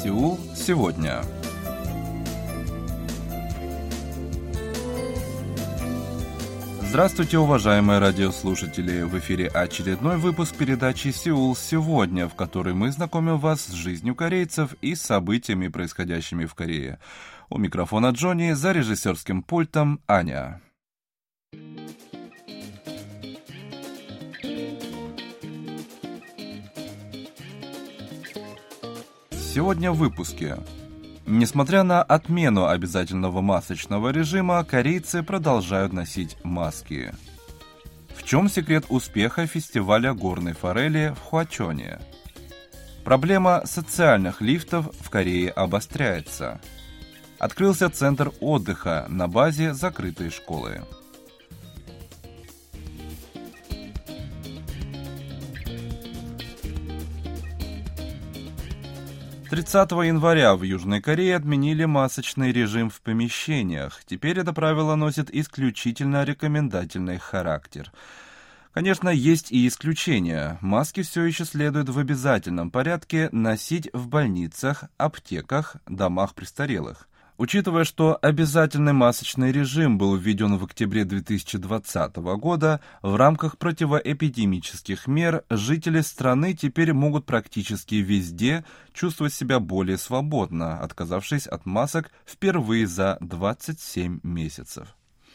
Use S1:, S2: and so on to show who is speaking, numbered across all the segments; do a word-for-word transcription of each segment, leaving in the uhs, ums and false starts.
S1: Сеул сегодня. Здравствуйте, уважаемые радиослушатели! В эфире очередной выпуск передачи «Сеул сегодня», в которой мы знакомим вас с жизнью корейцев и событиями, происходящими в Корее. У микрофона Джонни, за режиссерским пультом Аня. Сегодня в выпуске. Несмотря на отмену обязательного масочного режима, корейцы продолжают носить маски. В чем секрет успеха фестиваля горной форели в Хвачоне? Проблема социальных лифтов в Корее обостряется. Открылся центр отдыха на базе закрытой школы. тридцатого января в Южной Корее отменили масочный режим в помещениях. Теперь это правило носит исключительно рекомендательный характер. Конечно, есть и исключения. Маски все еще следует в обязательном порядке носить в больницах, аптеках, домах престарелых. Учитывая, что обязательный масочный режим был введен в октябре две тысячи двадцатого года, в рамках противоэпидемических мер жители страны теперь могут практически везде чувствовать себя более свободно, отказавшись от масок впервые за двадцать семь месяцев.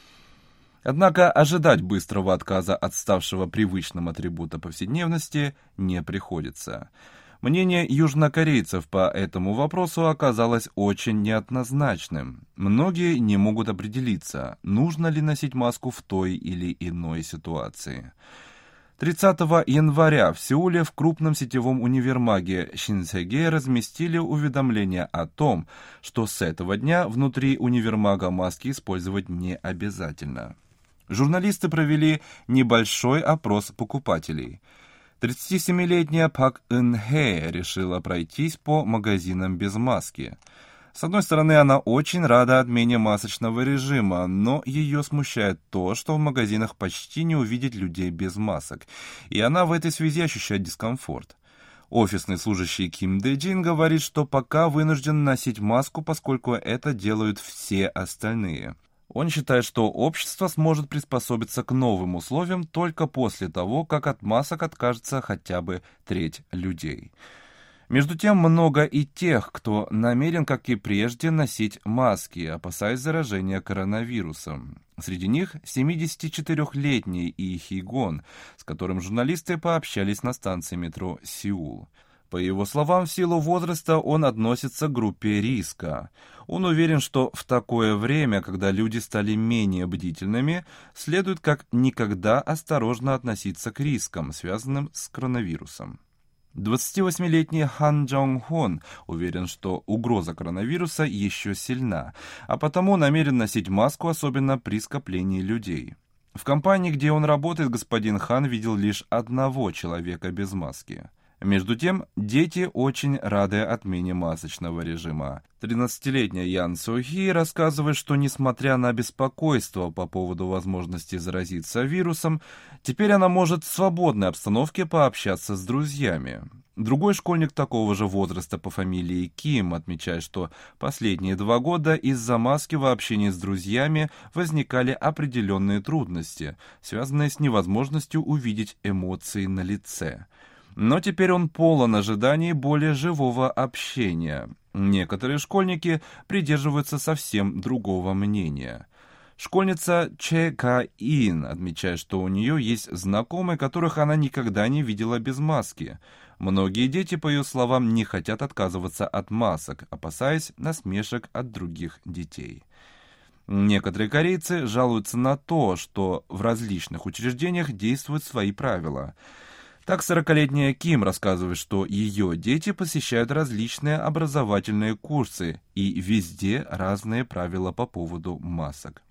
S1: Однако ожидать быстрого отказа от ставшего привычным атрибута повседневности не приходится. Мнение южнокорейцев по этому вопросу оказалось очень неоднозначным. Многие не могут определиться, нужно ли носить маску в той или иной ситуации. тридцатого января в Сеуле в крупном сетевом универмаге Шинсеге разместили уведомление о том, что с этого дня внутри универмага маски использовать не обязательно. Журналисты провели небольшой опрос покупателей. тридцатисемилетняя Пак Ын Хэ решила пройтись по магазинам без маски. С одной стороны, она очень рада отмене масочного режима, но ее смущает то, что в магазинах почти не увидеть людей без масок, и она в этой связи ощущает дискомфорт. Офисный служащий Ким Дэ Джин говорит, что пока вынужден носить маску, поскольку это делают все остальные. Он считает, что общество сможет приспособиться к новым условиям только после того, как от масок откажется хотя бы треть людей. Между тем, много и тех, кто намерен, как и прежде, носить маски, опасаясь заражения коронавирусом. Среди них семидесятичетырёхлетний И Хи-гон, с которым журналисты пообщались на станции метро Сеул. По его словам, в силу возраста он относится к группе риска. Он уверен, что в такое время, когда люди стали менее бдительными, следует как никогда осторожно относиться к рискам, связанным с коронавирусом. двадцативосьмилетний Хан Джонг Хон уверен, что угроза коронавируса еще сильна, а потому намерен носить маску, особенно при скоплении людей. В компании, где он работает, господин Хан видел лишь одного человека без маски. Между тем, дети очень рады отмене масочного режима. тринадцатилетняя Ян Со Хи рассказывает, что несмотря на беспокойство по поводу возможности заразиться вирусом, теперь она может в свободной обстановке пообщаться с друзьями. Другой школьник такого же возраста по фамилии Ким отмечает, что последние два года из-за маски в общении с друзьями возникали определенные трудности, связанные с невозможностью увидеть эмоции на лице. Но теперь он полон ожиданий более живого общения. Некоторые школьники придерживаются совсем другого мнения. Школьница Че Ка Ин отмечает, что у нее есть знакомые, которых она никогда не видела без маски. Многие дети, по ее словам, не хотят отказываться от масок, опасаясь насмешек от других детей. Некоторые корейцы жалуются на то, что в различных учреждениях действуют свои правила. Так, сорокалетняя Ким рассказывает, что ее дети посещают различные образовательные курсы, и везде разные правила по поводу масок.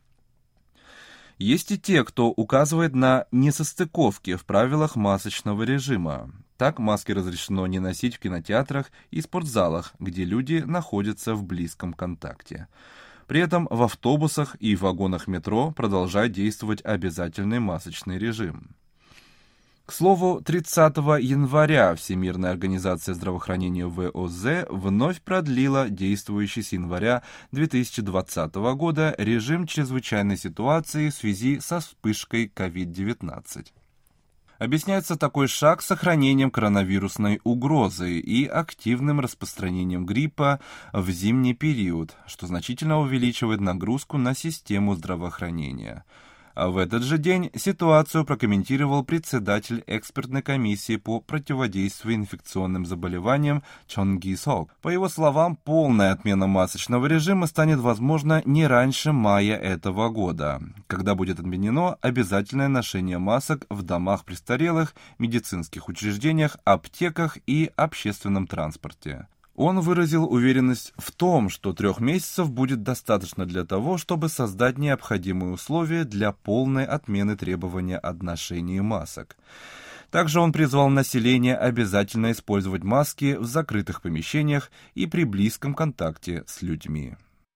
S1: Есть и те, кто указывает на несостыковки в правилах масочного режима. Так, маски разрешено не носить в кинотеатрах и спортзалах, где люди находятся в близком контакте. При этом в автобусах и вагонах метро продолжает действовать обязательный масочный режим. К слову, тридцатого января Всемирная организация здравоохранения ВОЗ вновь продлила действующий с января две тысячи двадцатого года режим чрезвычайной ситуации в связи со вспышкой ковид девятнадцать. Объясняется такой шаг сохранением коронавирусной угрозы и активным распространением гриппа в зимний период, что значительно увеличивает нагрузку на систему здравоохранения. А в этот же день ситуацию прокомментировал председатель экспертной комиссии по противодействию инфекционным заболеваниям Чон Ги-сок. По его словам, полная отмена масочного режима станет возможна не раньше мая этого года, когда будет отменено обязательное ношение масок в домах престарелых, медицинских учреждениях, аптеках и общественном транспорте. Он выразил уверенность в том, что трех месяцев будет достаточно для того, чтобы создать необходимые условия для полной отмены требования о ношении масок. Также он призвал население обязательно использовать маски в закрытых помещениях и при близком контакте с людьми.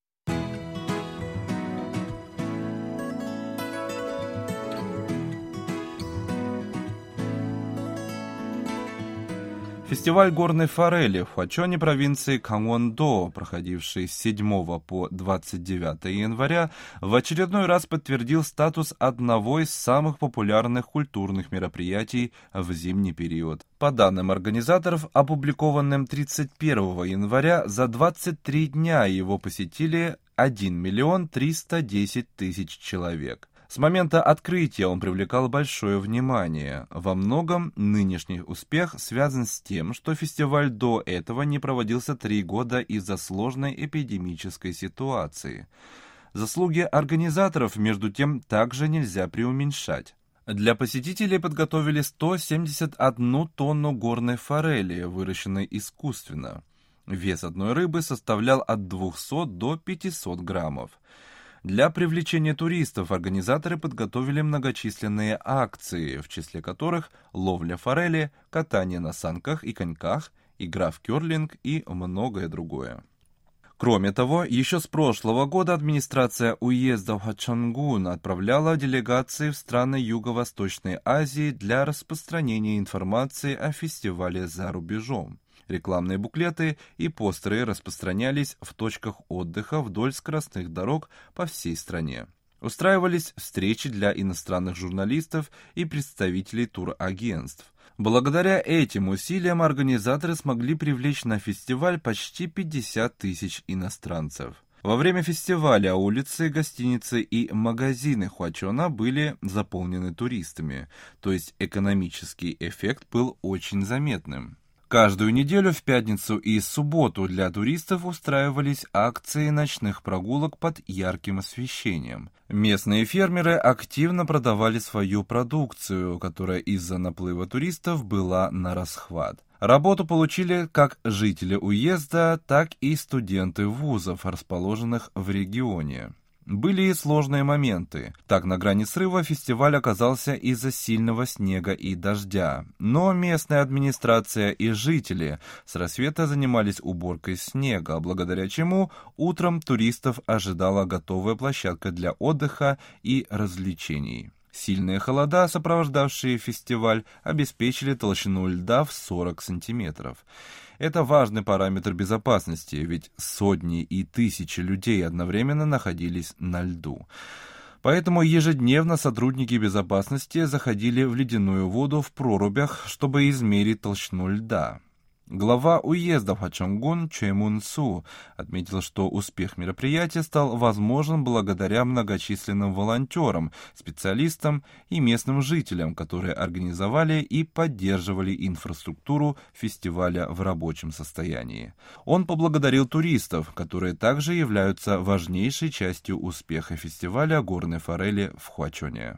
S1: Фестиваль горной форели в Хвачоне провинции Кангвон-до, проходивший с седьмого по двадцать девятое января, в очередной раз подтвердил статус одного из самых популярных культурных мероприятий в зимний период. По данным организаторов, опубликованным тридцать первого января, за двадцать три дня его посетили один миллион триста десять тысяч человек. С момента открытия он привлекал большое внимание. Во многом нынешний успех связан с тем, что фестиваль до этого не проводился три года из-за сложной эпидемической ситуации. Заслуги организаторов, между тем, также нельзя преуменьшать. Для посетителей подготовили сто семьдесят одну тонну горной форели, выращенной искусственно. Вес одной рыбы составлял от двухсот до пятисот граммов. Для привлечения туристов организаторы подготовили многочисленные акции, в числе которых ловля форели, катание на санках и коньках, игра в кёрлинг и многое другое. Кроме того, еще с прошлого года администрация уезда Хвачонгун отправляла делегации в страны Юго-Восточной Азии для распространения информации о фестивале за рубежом. Рекламные буклеты и постеры распространялись в точках отдыха вдоль скоростных дорог по всей стране. Устраивались встречи для иностранных журналистов и представителей турагентств. Благодаря этим усилиям организаторы смогли привлечь на фестиваль почти пятьдесят тысяч иностранцев. Во время фестиваля улицы, гостиницы и магазины Хвачона были заполнены туристами, то есть экономический эффект был очень заметным. Каждую неделю в пятницу и субботу для туристов устраивались акции ночных прогулок под ярким освещением. Местные фермеры активно продавали свою продукцию, которая из-за наплыва туристов была на расхват. Работу получили как жители уезда, так и студенты вузов, расположенных в регионе. Были и сложные моменты. Так, на грани срыва фестиваль оказался из-за сильного снега и дождя. Но местная администрация и жители с рассвета занимались уборкой снега, благодаря чему утром туристов ожидала готовая площадка для отдыха и развлечений. Сильные холода, сопровождавшие фестиваль, обеспечили толщину льда в сорок сантиметров. Это важный параметр безопасности, ведь сотни и тысячи людей одновременно находились на льду. Поэтому ежедневно сотрудники безопасности заходили в ледяную воду в прорубях, чтобы измерить толщину льда. Глава уезда Хвачонгун Чой Мун Су отметил, что успех мероприятия стал возможен благодаря многочисленным волонтерам, специалистам и местным жителям, которые организовали и поддерживали инфраструктуру фестиваля в рабочем состоянии. Он поблагодарил туристов, которые также являются важнейшей частью успеха фестиваля горной форели в Хвачоне.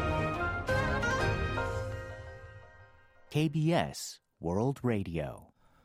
S2: кей би эс World Radio.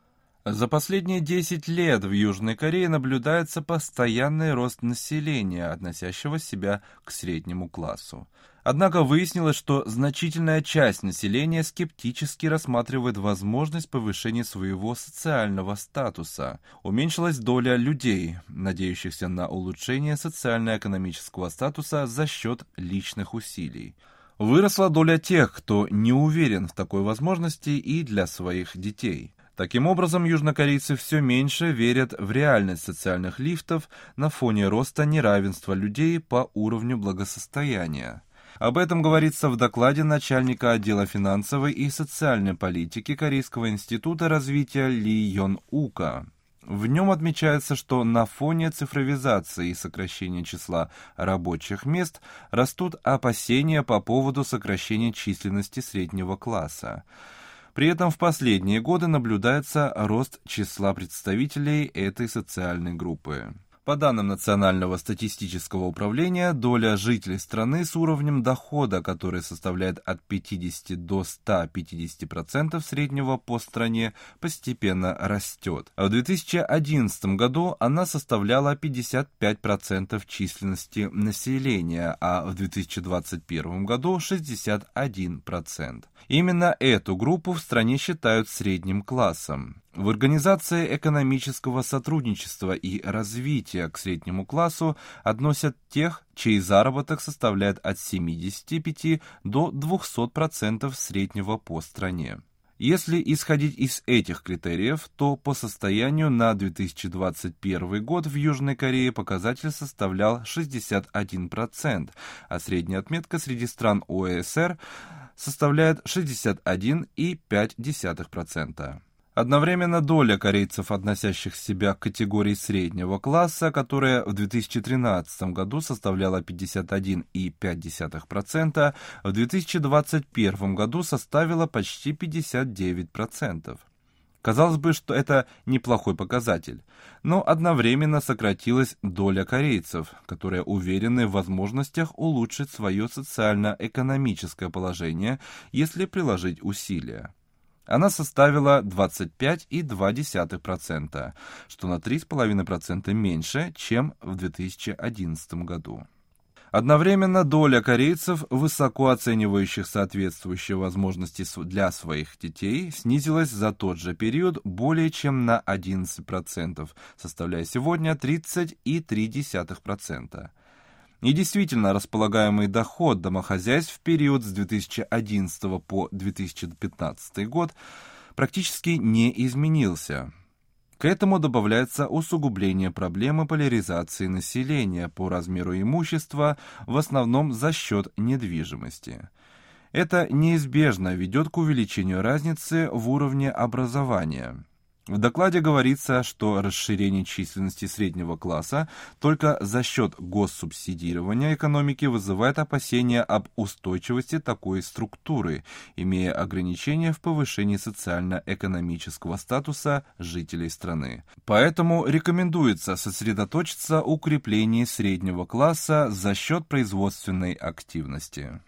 S1: За последние десять лет в Южной Корее наблюдается постоянный рост населения, относящего себя к среднему классу. Однако выяснилось, что значительная часть населения скептически рассматривает возможность повышения своего социального статуса. Уменьшилась доля людей, надеющихся на улучшение социально-экономического статуса за счет личных усилий. Выросла доля тех, кто не уверен в такой возможности и для своих детей. Таким образом, южнокорейцы все меньше верят в реальность социальных лифтов на фоне роста неравенства людей по уровню благосостояния. Об этом говорится в докладе начальника отдела финансовой и социальной политики Корейского института развития Ли Йон-ука. В нем отмечается, что на фоне цифровизации и сокращения числа рабочих мест растут опасения по поводу сокращения численности среднего класса. При этом в последние годы наблюдается рост числа представителей этой социальной группы. По данным Национального статистического управления, доля жителей страны с уровнем дохода, который составляет от пятидесяти до ста пятидесяти процентов среднего по стране, постепенно растет. В две тысячи одиннадцатом году она составляла пятьдесят пять процентов численности населения, а в две тысячи двадцать первом году шестьдесят один процент. Именно эту группу в стране считают средним классом. В Организации экономического сотрудничества и развития к среднему классу относят тех, чей заработок составляет от семидесяти пяти до двухсот процентов среднего по стране. Если исходить из этих критериев, то по состоянию на две тысячи двадцать первый год в Южной Корее показатель составлял шестьдесят один процент, а средняя отметка среди стран О Э С Р составляет шестьдесят один и пять десятых процента. Одновременно доля корейцев, относящих себя к категории среднего класса, которая в две тысячи тринадцатом году составляла пятьдесят один и пять десятых процента, в две тысячи двадцать первом году составила почти пятьдесят девять процентов. Казалось бы, что это неплохой показатель, но одновременно сократилась доля корейцев, которые уверены в возможностях улучшить свое социально-экономическое положение, если приложить усилия. Она составила двадцать пять и две десятых процента, что на три и пять десятых процента меньше, чем в две тысячи одиннадцатом году. Одновременно доля корейцев, высоко оценивающих соответствующие возможности для своих детей, снизилась за тот же период более чем на одиннадцать процентов, составляя сегодня тридцать и три десятых процента. И действительно, располагаемый доход домохозяйств в период с две тысячи одиннадцатого по две тысячи пятнадцатый год практически не изменился. К этому добавляется усугубление проблемы поляризации населения по размеру имущества, в основном за счет недвижимости. Это неизбежно ведет к увеличению разницы в уровне образования. В докладе говорится, что расширение численности среднего класса только за счет госсубсидирования экономики вызывает опасения об устойчивости такой структуры, имея ограничения в повышении социально-экономического статуса жителей страны. Поэтому рекомендуется сосредоточиться на укреплении среднего класса за счет производственной активности.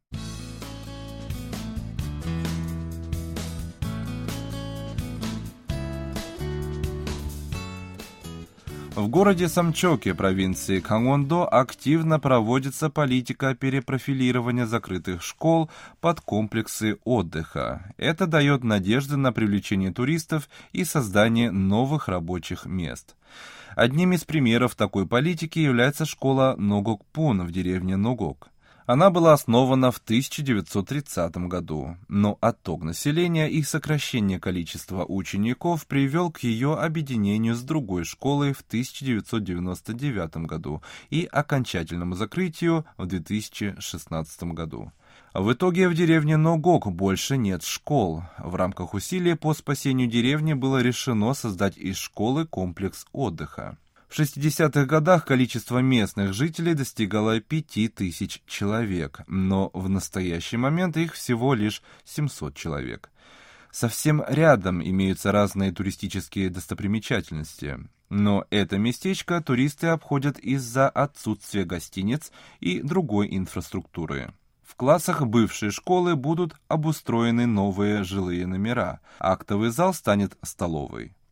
S1: В городе Самчоке, провинции Кангвон-до, активно проводится политика перепрофилирования закрытых школ под комплексы отдыха. Это дает надежды на привлечение туристов и создание новых рабочих мест. Одним из примеров такой политики является школа Ногокпун в деревне Ногок. Она была основана в тысяча девятьсот тридцатом году, но отток населения и сокращение количества учеников привел к ее объединению с другой школой в тысяча девятьсот девяносто девятом году и окончательному закрытию в две тысячи шестнадцатом году. В итоге в деревне Ногок больше нет школ. В рамках усилий по спасению деревни было решено создать из школы комплекс отдыха. В шестидесятых годах количество местных жителей достигало пяти тысяч человек, но в настоящий момент их всего лишь семьсот человек. Совсем рядом имеются разные туристические достопримечательности, но это местечко туристы обходят из-за отсутствия гостиниц и другой инфраструктуры. В классах бывшей школы будут обустроены новые жилые номера, актовый зал станет столовой.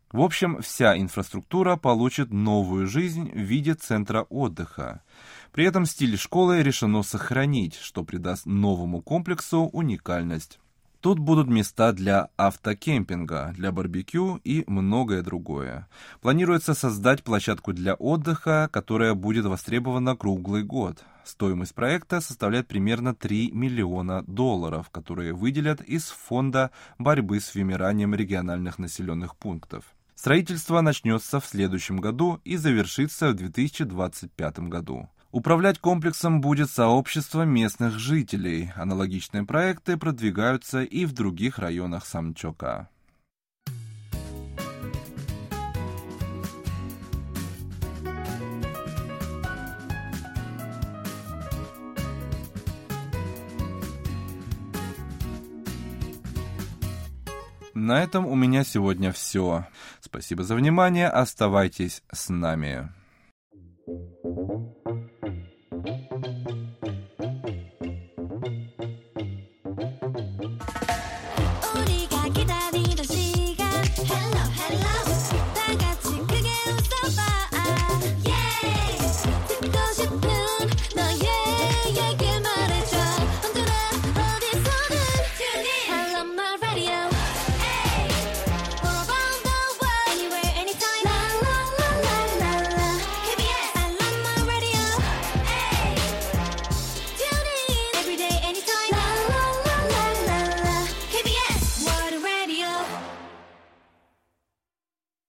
S1: В общем, вся инфраструктура получит новую жизнь в виде центра отдыха. При этом стиль школы решено сохранить, что придаст новому комплексу уникальность. Тут будут места для автокемпинга, для барбекю и многое другое. Планируется создать площадку для отдыха, которая будет востребована круглый год. Стоимость проекта составляет примерно три миллиона долларов, которые выделят из фонда борьбы с вымиранием региональных населенных пунктов. Строительство начнется в следующем году и завершится в две тысячи двадцать пятом году. Управлять комплексом будет сообщество местных жителей. Аналогичные проекты продвигаются и в других районах Самчока. На этом у меня сегодня все. Спасибо за внимание. Оставайтесь с нами. Thank you.